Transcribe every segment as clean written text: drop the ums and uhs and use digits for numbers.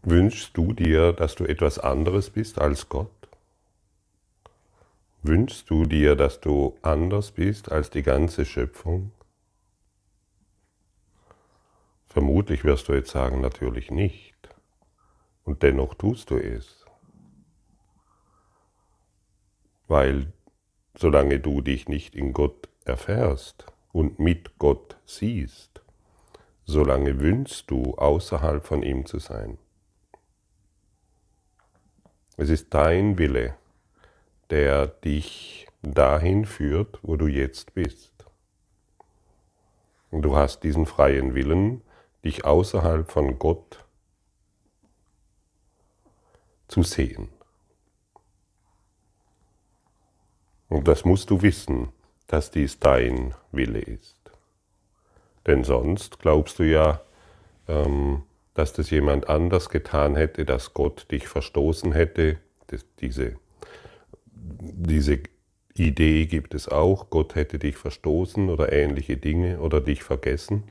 Wünschst du dir, dass du etwas anderes bist als Gott? Wünschst du dir, dass du anders bist als die ganze Schöpfung? Vermutlich wirst du jetzt sagen, natürlich nicht. Und dennoch tust du es. Weil solange du dich nicht in Gott erfährst und mit Gott siehst, solange wünschst du, außerhalb von ihm zu sein. Es ist dein Wille, der dich dahin führt, wo du jetzt bist. Und du hast diesen freien Willen, dich außerhalb von Gott zu sehen. Und das musst du wissen, dass dies dein Wille ist. Denn sonst glaubst du ja, dass das jemand anders getan hätte, dass Gott dich verstoßen hätte. Diese Idee gibt es auch, Gott hätte dich verstoßen oder ähnliche Dinge oder dich vergessen.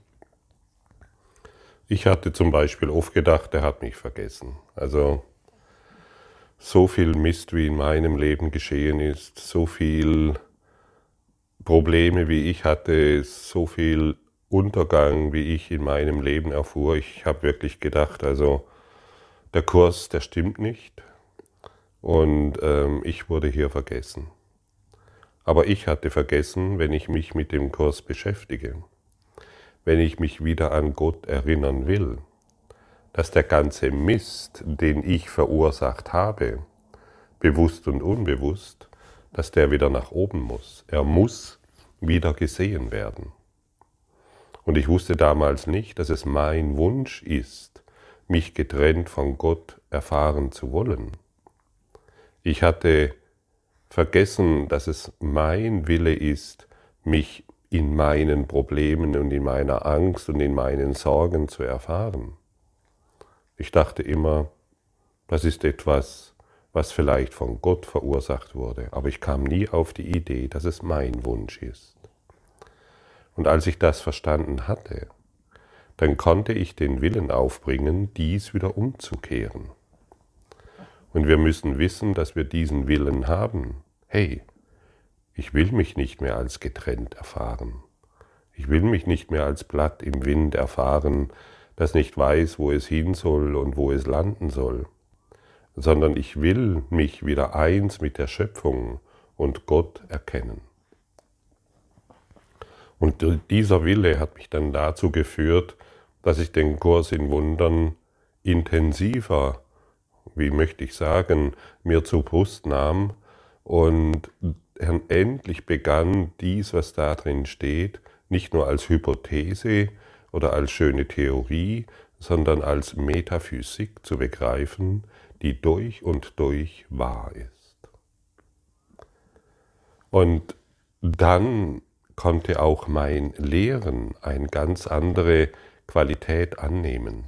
Ich hatte zum Beispiel oft gedacht, er hat mich vergessen. Also so viel Mist, wie in meinem Leben geschehen ist, so viel Probleme, wie ich hatte, so viel Untergang, wie ich in meinem Leben erfuhr. Ich habe wirklich gedacht, also der Kurs, der stimmt nicht und ich wurde hier vergessen. Aber ich hatte vergessen, wenn ich mich mit dem Kurs beschäftige, wenn ich mich wieder an Gott erinnern will, dass der ganze Mist, den ich verursacht habe, bewusst und unbewusst, dass der wieder nach oben muss. Er muss wieder gesehen werden. Und ich wusste damals nicht, dass es mein Wunsch ist, mich getrennt von Gott erfahren zu wollen. Ich hatte vergessen, dass es mein Wille ist, mich in meinen Problemen und in meiner Angst und in meinen Sorgen zu erfahren. Ich dachte immer, das ist etwas, was vielleicht von Gott verursacht wurde, aber ich kam nie auf die Idee, dass es mein Wunsch ist. Und als ich das verstanden hatte, dann konnte ich den Willen aufbringen, dies wieder umzukehren. Und wir müssen wissen, dass wir diesen Willen haben. Hey, ich will mich nicht mehr als getrennt erfahren. Ich will mich nicht mehr als Blatt im Wind erfahren, das nicht weiß, wo es hin soll und wo es landen soll, sondern ich will mich wieder eins mit der Schöpfung und Gott erkennen. Und dieser Wille hat mich dann dazu geführt, dass ich den Kurs in Wundern intensiver, wie möchte ich sagen, mir zur Brust nahm und endlich begann, dies, was da drin steht, nicht nur als Hypothese oder als schöne Theorie, sondern als Metaphysik zu begreifen, die durch und durch wahr ist. Und dann konnte auch mein Lehren eine ganz andere Qualität annehmen.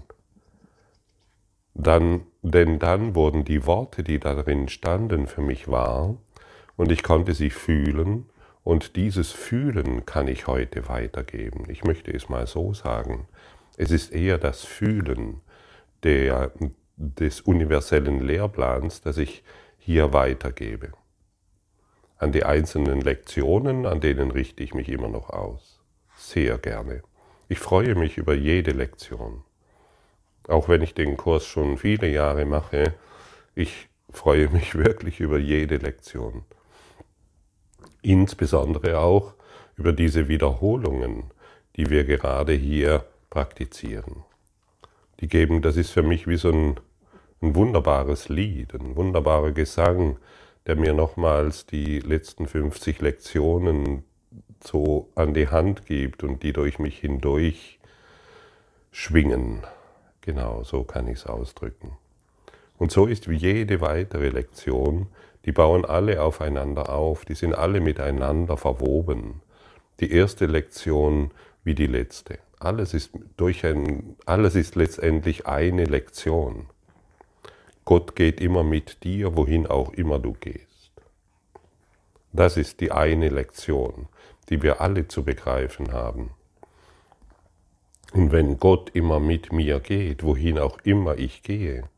Denn dann wurden die Worte, die darin standen, für mich wahr und ich konnte sie fühlen und dieses Fühlen kann ich heute weitergeben. Ich möchte es mal so sagen. Es ist eher das Fühlen des universellen Lehrplans, das ich hier weitergebe. An die einzelnen Lektionen, an denen richte ich mich immer noch aus. Sehr gerne. Ich freue mich über jede Lektion. Auch wenn ich den Kurs schon viele Jahre mache, ich freue mich wirklich über jede Lektion. Insbesondere auch über diese Wiederholungen, die wir gerade hier praktizieren. Das ist für mich wie so ein wunderbares Lied, ein wunderbarer Gesang, der mir nochmals die letzten 50 Lektionen so an die Hand gibt und die durch mich hindurch schwingen. Genau, so kann ich es ausdrücken. Und so ist wie jede weitere Lektion, die bauen alle aufeinander auf, die sind alle miteinander verwoben. Die erste Lektion wie die letzte. Alles ist letztendlich eine Lektion. Gott geht immer mit dir, wohin auch immer du gehst. Das ist die eine Lektion, die wir alle zu begreifen haben. Und wenn Gott immer mit mir geht, wohin auch immer ich gehe,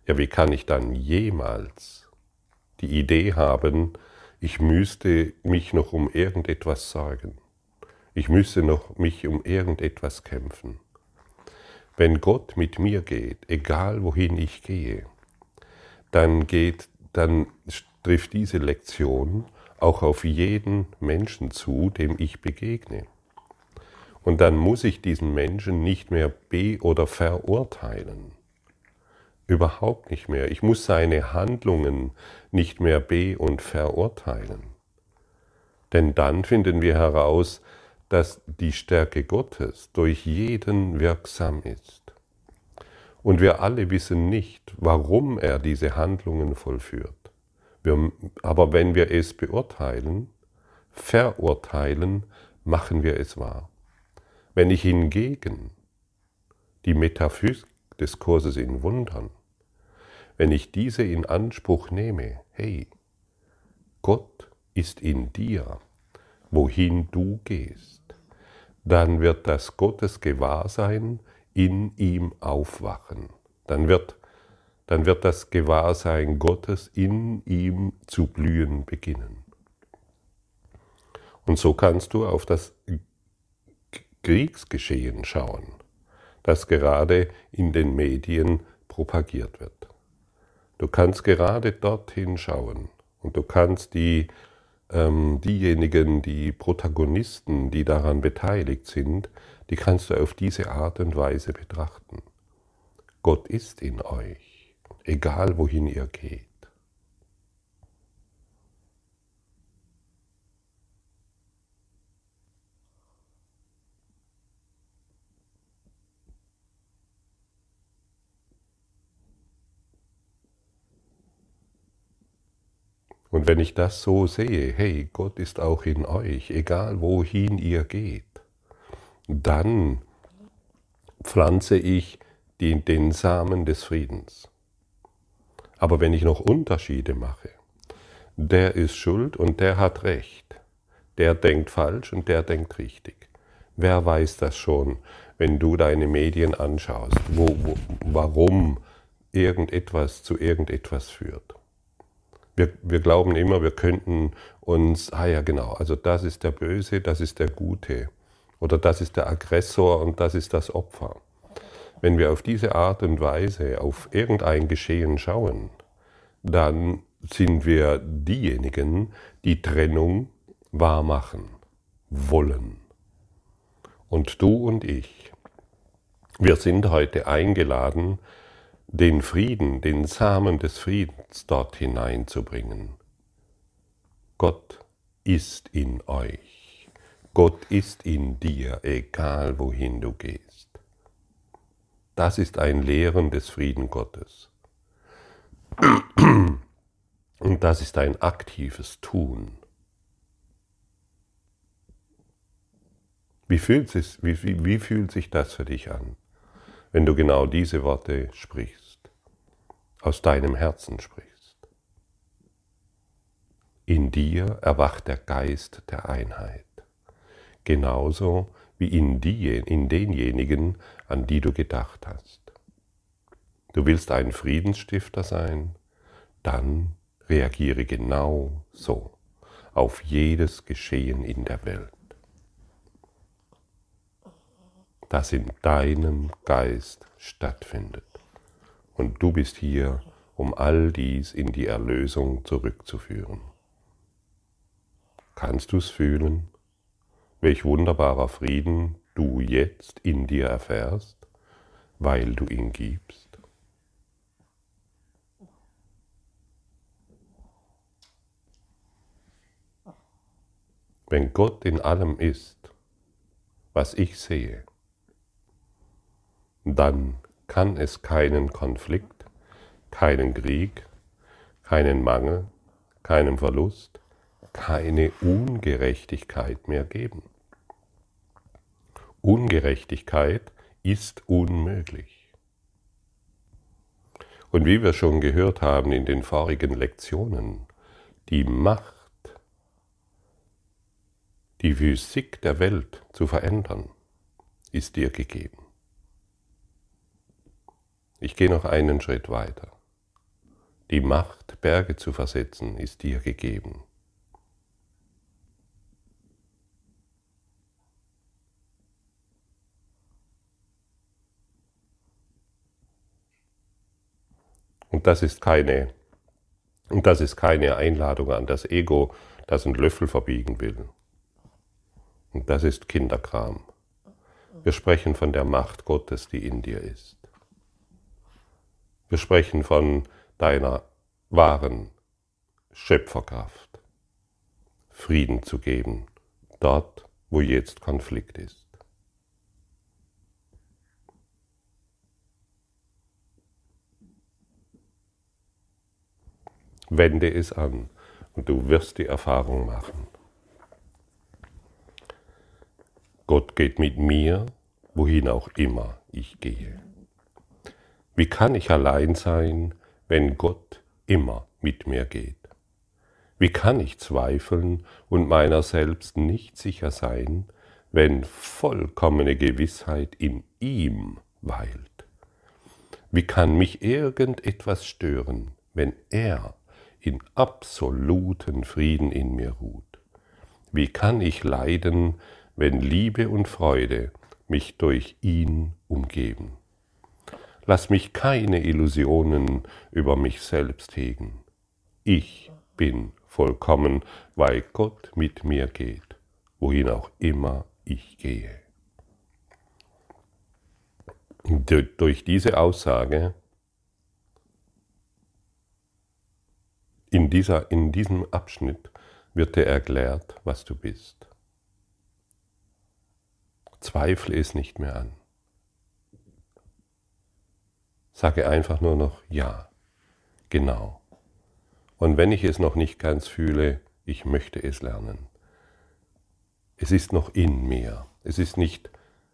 Ja, wie kann ich dann jemals die Idee haben, ich müsste mich noch um irgendetwas sorgen? Ich müsste noch mich um irgendetwas kämpfen. Wenn Gott mit mir geht, egal wohin ich gehe, dann trifft diese Lektion auch auf jeden Menschen zu, dem ich begegne. Und dann muss ich diesen Menschen nicht mehr oder verurteilen. Überhaupt nicht mehr. Ich muss seine Handlungen nicht mehr und verurteilen. Denn dann finden wir heraus, dass die Stärke Gottes durch jeden wirksam ist. Und wir alle wissen nicht, warum er diese Handlungen vollführt. Aber wenn wir es beurteilen, verurteilen, machen wir es wahr. Wenn ich hingegen die Metaphysik des Kurses in Wundern, wenn ich diese in Anspruch nehme, hey, Gott ist in dir, wohin du gehst, dann wird das Gottesgewahrsein in ihm aufwachen. Dann wird das Gewahrsein Gottes in ihm zu blühen beginnen. Und so kannst du auf das Kriegsgeschehen schauen, das gerade in den Medien propagiert wird. Du kannst gerade dorthin schauen und du kannst diejenigen, die Protagonisten, die daran beteiligt sind, die kannst du auf diese Art und Weise betrachten. Gott ist in euch, egal wohin ihr geht. Und wenn ich das so sehe, hey, Gott ist auch in euch, egal wohin ihr geht, dann pflanze ich den Samen des Friedens. Aber wenn ich noch Unterschiede mache, der ist schuld und der hat Recht, der denkt falsch und der denkt richtig. Wer weiß das schon, wenn du deine Medien anschaust, warum irgendetwas zu irgendetwas führt? Wir glauben immer, wir könnten uns, ja genau, also das ist der Böse, das ist der Gute oder das ist der Aggressor und das ist das Opfer. Wenn wir auf diese Art und Weise auf irgendein Geschehen schauen, dann sind wir diejenigen, die Trennung wahrmachen wollen. Und du und ich, wir sind heute eingeladen, den Frieden, den Samen des Friedens dort hineinzubringen. Gott ist in euch. Gott ist in dir, egal wohin du gehst. Das ist ein Lehren des Frieden Gottes. Und das ist ein aktives Tun. Wie fühlt sich das für dich an, wenn du genau diese Worte sprichst, aus deinem Herzen sprichst? In dir erwacht der Geist der Einheit, genauso wie in denjenigen, an die du gedacht hast. Du willst ein Friedensstifter sein, dann reagiere genau so auf jedes Geschehen in der Welt, das in deinem Geist stattfindet. Und du bist hier, um all dies in die Erlösung zurückzuführen. Kannst du es fühlen, welch wunderbarer Frieden du jetzt in dir erfährst, weil du ihn gibst? Wenn Gott in allem ist, was ich sehe, dann kann es keinen Konflikt, keinen Krieg, keinen Mangel, keinen Verlust, keine Ungerechtigkeit mehr geben. Ungerechtigkeit ist unmöglich. Und wie wir schon gehört haben in den vorigen Lektionen, die Macht, die Physik der Welt zu verändern, ist dir gegeben. Ich gehe noch einen Schritt weiter. Die Macht, Berge zu versetzen, ist dir gegeben. Und das ist keine Einladung an das Ego, das einen Löffel verbiegen will. Und das ist Kinderkram. Wir sprechen von der Macht Gottes, die in dir ist. Wir sprechen von deiner wahren Schöpferkraft, Frieden zu geben, dort, wo jetzt Konflikt ist. Wende es an und du wirst die Erfahrung machen. Gott geht mit mir, wohin auch immer ich gehe. Wie kann ich allein sein, wenn Gott immer mit mir geht? Wie kann ich zweifeln und meiner selbst nicht sicher sein, wenn vollkommene Gewissheit in ihm weilt? Wie kann mich irgendetwas stören, wenn er in absoluten Frieden in mir ruht? Wie kann ich leiden, wenn Liebe und Freude mich durch ihn umgeben? Lass mich keine Illusionen über mich selbst hegen. Ich bin vollkommen, weil Gott mit mir geht, wohin auch immer ich gehe. Durch diese Aussage, in diesem Abschnitt wird dir erklärt, was du bist. Zweifle es nicht mehr an. Sage einfach nur noch ja, genau. Und wenn ich es noch nicht ganz fühle, ich möchte es lernen. Es ist noch in mir. Es ist nicht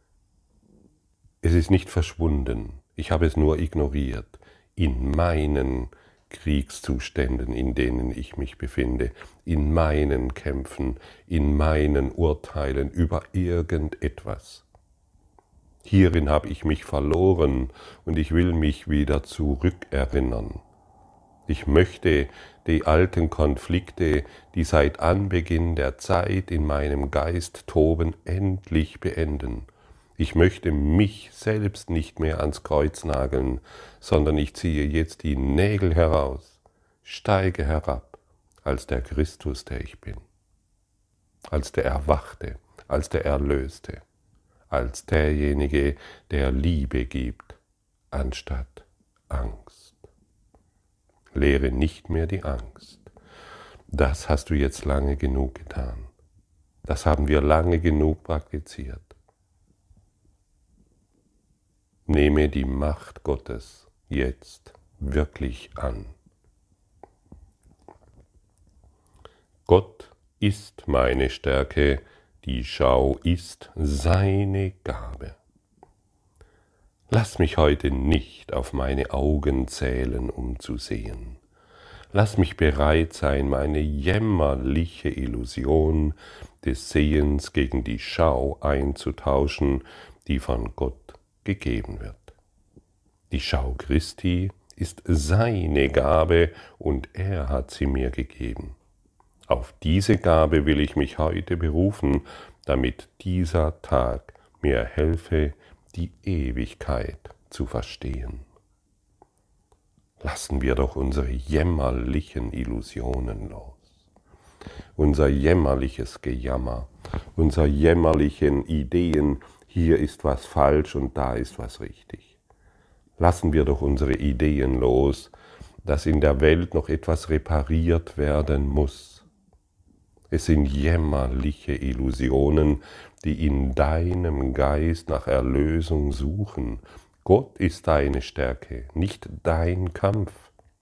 verschwunden. Ich habe es nur ignoriert. In meinen Kriegszuständen, in denen ich mich befinde, in meinen Kämpfen, in meinen Urteilen über irgendetwas. Hierin habe ich mich verloren und ich will mich wieder zurückerinnern. Ich möchte die alten Konflikte, die seit Anbeginn der Zeit in meinem Geist toben, endlich beenden. Ich möchte mich selbst nicht mehr ans Kreuz nageln, sondern ich ziehe jetzt die Nägel heraus, steige herab als der Christus, der ich bin, als der Erwachte, als der Erlöste, als derjenige, der Liebe gibt, anstatt Angst. Lehre nicht mehr die Angst. Das hast du jetzt lange genug getan. Das haben wir lange genug praktiziert. Nehme die Macht Gottes jetzt wirklich an. Gott ist meine Stärke, die Schau ist seine Gabe. Lass mich heute nicht auf meine Augen zählen, um zu sehen. Lass mich bereit sein, meine jämmerliche Illusion des Sehens gegen die Schau einzutauschen, die von Gott gegeben wird. Die Schau Christi ist seine Gabe und er hat sie mir gegeben. Auf diese Gabe will ich mich heute berufen, damit dieser Tag mir helfe, die Ewigkeit zu verstehen. Lassen wir doch unsere jämmerlichen Illusionen los, unser jämmerliches Gejammer, unsere jämmerlichen Ideen, hier ist was falsch und da ist was richtig. Lassen wir doch unsere Ideen los, dass in der Welt noch etwas repariert werden muss. Es sind jämmerliche Illusionen, die in deinem Geist nach Erlösung suchen. Gott ist deine Stärke, nicht dein Kampf,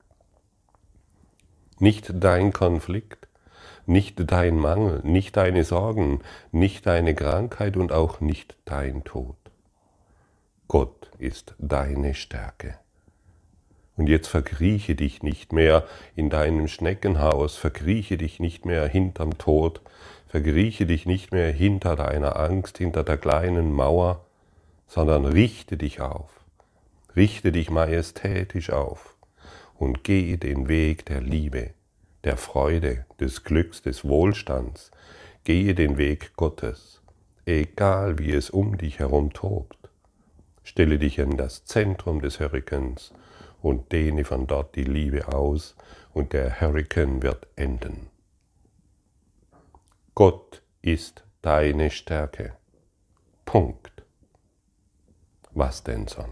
nicht dein Konflikt, nicht dein Mangel, nicht deine Sorgen, nicht deine Krankheit und auch nicht dein Tod. Gott ist deine Stärke. Und jetzt verkrieche dich nicht mehr in deinem Schneckenhaus, verkrieche dich nicht mehr hinterm Tod, verkrieche dich nicht mehr hinter deiner Angst, hinter der kleinen Mauer, sondern richte dich auf, richte dich majestätisch auf und gehe den Weg der Liebe, der Freude, des Glücks, des Wohlstands. Gehe den Weg Gottes, egal wie es um dich herum tobt. Stelle dich in das Zentrum des Hurrikans und dehne von dort die Liebe aus, und der Hurrikan wird enden. Gott ist deine Stärke. Punkt. Was denn sonst?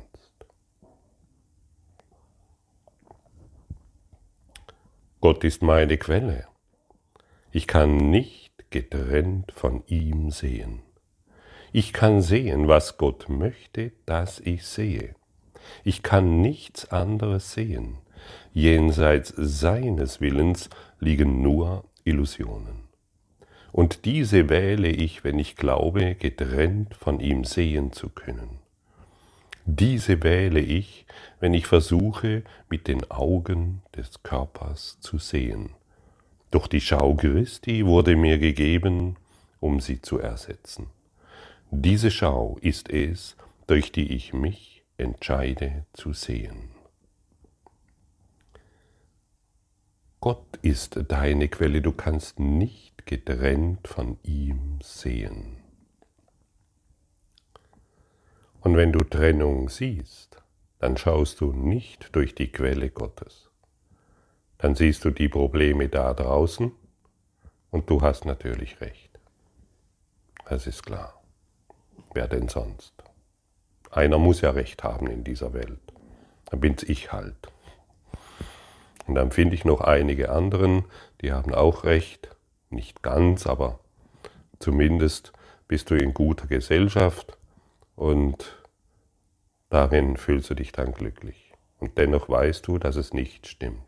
Gott ist meine Quelle. Ich kann nicht getrennt von ihm sehen. Ich kann sehen, was Gott möchte, dass ich sehe. Ich kann nichts anderes sehen. Jenseits seines Willens liegen nur Illusionen. Und diese wähle ich, wenn ich glaube, getrennt von ihm sehen zu können. Diese wähle ich, wenn ich versuche, mit den Augen des Körpers zu sehen. Doch die Schau Christi wurde mir gegeben, um sie zu ersetzen. Diese Schau ist es, durch die ich mich entscheide zu sehen. Gott ist deine Quelle, du kannst nicht getrennt von ihm sehen. Und wenn du Trennung siehst, dann schaust du nicht durch die Quelle Gottes. Dann siehst du die Probleme da draußen und du hast natürlich recht. Das ist klar. Wer denn sonst? Einer muss ja recht haben in dieser Welt. Dann bin's ich halt. Und dann finde ich noch einige anderen, die haben auch recht. Nicht ganz, aber zumindest bist du in guter Gesellschaft und darin fühlst du dich dann glücklich. Und dennoch weißt du, dass es nicht stimmt.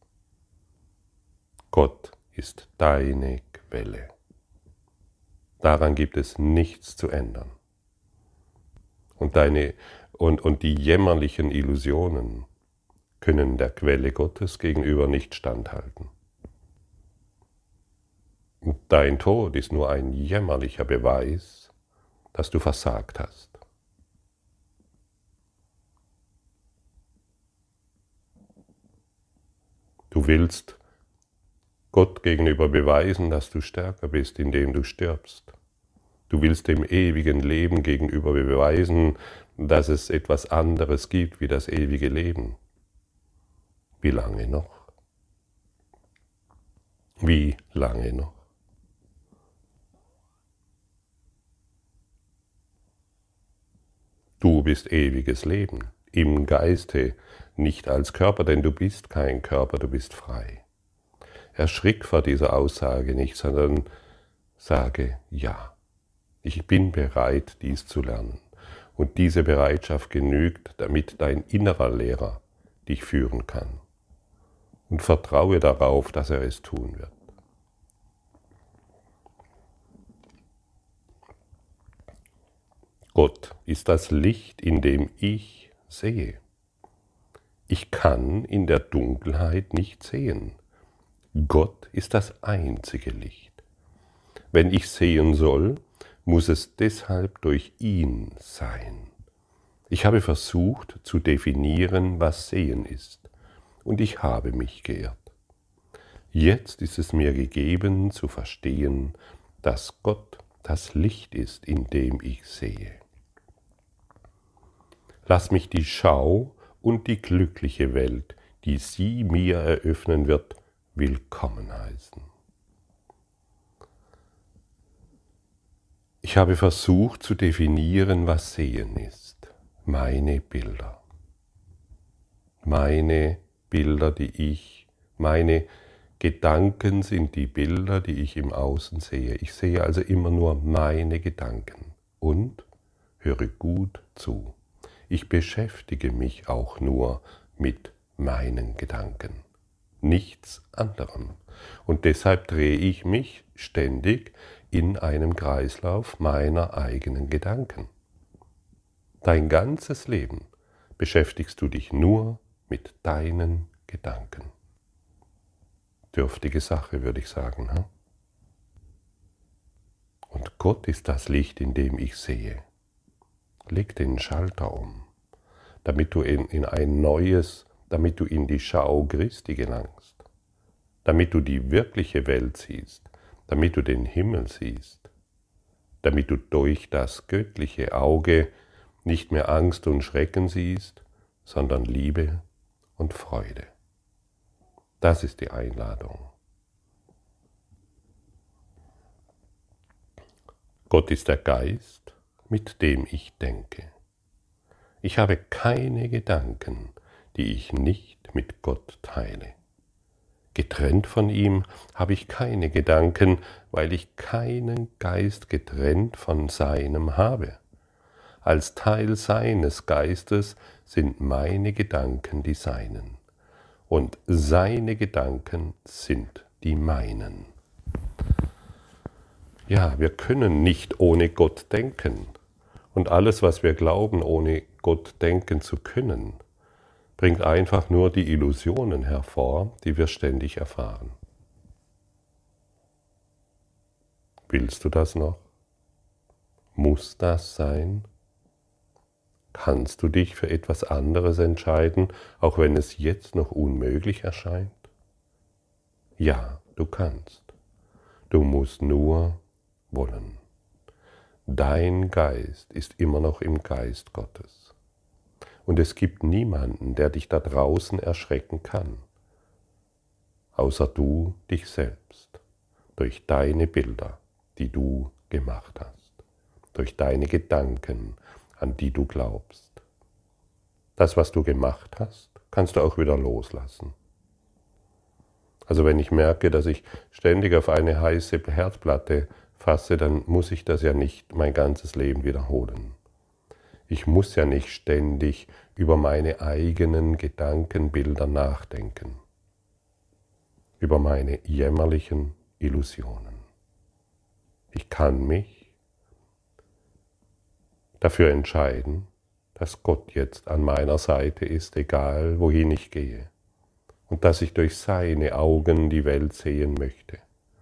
Gott ist deine Quelle. Daran gibt es nichts zu ändern. Und die jämmerlichen Illusionen können der Quelle Gottes gegenüber nicht standhalten. Und dein Tod ist nur ein jämmerlicher Beweis, dass du versagt hast. Du willst Gott gegenüber beweisen, dass du stärker bist, indem du stirbst. Du willst dem ewigen Leben gegenüber beweisen, dass es etwas anderes gibt wie das ewige Leben. Wie lange noch? Wie lange noch? Du bist ewiges Leben, im Geiste, nicht als Körper, denn du bist kein Körper, du bist frei. Erschrick vor dieser Aussage nicht, sondern sage ja. Ich bin bereit, dies zu lernen. Und diese Bereitschaft genügt, damit dein innerer Lehrer dich führen kann. Und vertraue darauf, dass er es tun wird. Gott ist das Licht, in dem ich sehe. Ich kann in der Dunkelheit nicht sehen. Gott ist das einzige Licht. Wenn ich sehen soll, muss es deshalb durch ihn sein. Ich habe versucht zu definieren, was Sehen ist, und ich habe mich geirrt. Jetzt ist es mir gegeben zu verstehen, dass Gott das Licht ist, in dem ich sehe. Lass mich die Schau und die glückliche Welt, die sie mir eröffnen wird, willkommen heißen. Ich habe versucht zu definieren, was Sehen ist. Meine Bilder. Meine Bilder, meine Gedanken sind die Bilder, die ich im Außen sehe. Ich sehe also immer nur meine Gedanken. Und höre gut zu. Ich beschäftige mich auch nur mit meinen Gedanken. Nichts anderem. Und deshalb drehe ich mich ständig in einem Kreislauf meiner eigenen Gedanken. Dein ganzes Leben beschäftigst du dich nur mit deinen Gedanken. Dürftige Sache, würde ich sagen. Hm? Und Gott ist das Licht, in dem ich sehe. Leg den Schalter um, damit du damit du in die Schau Christi gelangst, damit du die wirkliche Welt siehst, damit du den Himmel siehst, damit du durch das göttliche Auge nicht mehr Angst und Schrecken siehst, sondern Liebe und Freude. Das ist die Einladung. Gott ist der Geist, mit dem ich denke. Ich habe keine Gedanken, die ich nicht mit Gott teile. Getrennt von ihm habe ich keine Gedanken, weil ich keinen Geist getrennt von seinem habe. Als Teil seines Geistes sind meine Gedanken die seinen und seine Gedanken sind die meinen. Ja, wir können nicht ohne Gott denken und alles, was wir glauben, ohne Gott denken zu können, bringt einfach nur die Illusionen hervor, die wir ständig erfahren. Willst du das noch? Muss das sein? Kannst du dich für etwas anderes entscheiden, auch wenn es jetzt noch unmöglich erscheint? Ja, du kannst. Du musst nur wollen. Dein Geist ist immer noch im Geist Gottes. Und es gibt niemanden, der dich da draußen erschrecken kann, außer du dich selbst, durch deine Bilder, die du gemacht hast, durch deine Gedanken, an die du glaubst. Das, was du gemacht hast, kannst du auch wieder loslassen. Also wenn ich merke, dass ich ständig auf eine heiße Herdplatte fasse, dann muss ich das ja nicht mein ganzes Leben wiederholen. Ich muss ja nicht ständig über meine eigenen Gedankenbilder nachdenken, über meine jämmerlichen Illusionen. Ich kann mich dafür entscheiden, dass Gott jetzt an meiner Seite ist, egal wohin ich gehe, und dass ich durch seine Augen die Welt sehen möchte.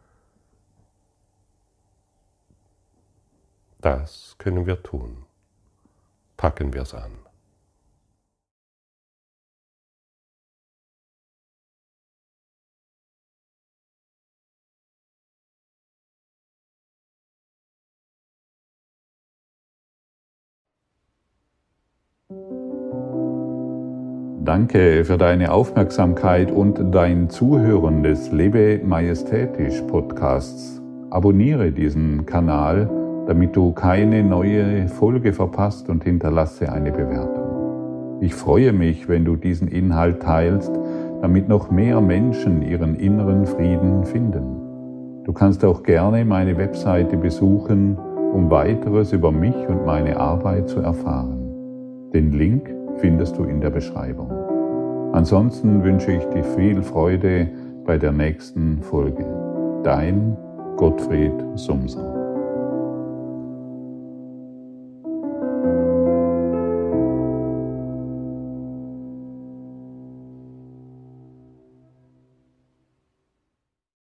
Das können wir tun. Packen wir es an. Danke für deine Aufmerksamkeit und dein Zuhören des Lebe Majestätisch Podcasts. Abonniere diesen Kanal, damit du keine neue Folge verpasst, und hinterlasse eine Bewertung. Ich freue mich, wenn du diesen Inhalt teilst, damit noch mehr Menschen ihren inneren Frieden finden. Du kannst auch gerne meine Webseite besuchen, um weiteres über mich und meine Arbeit zu erfahren. Den Link findest du in der Beschreibung. Ansonsten wünsche ich dir viel Freude bei der nächsten Folge. Dein Gottfried Sumser.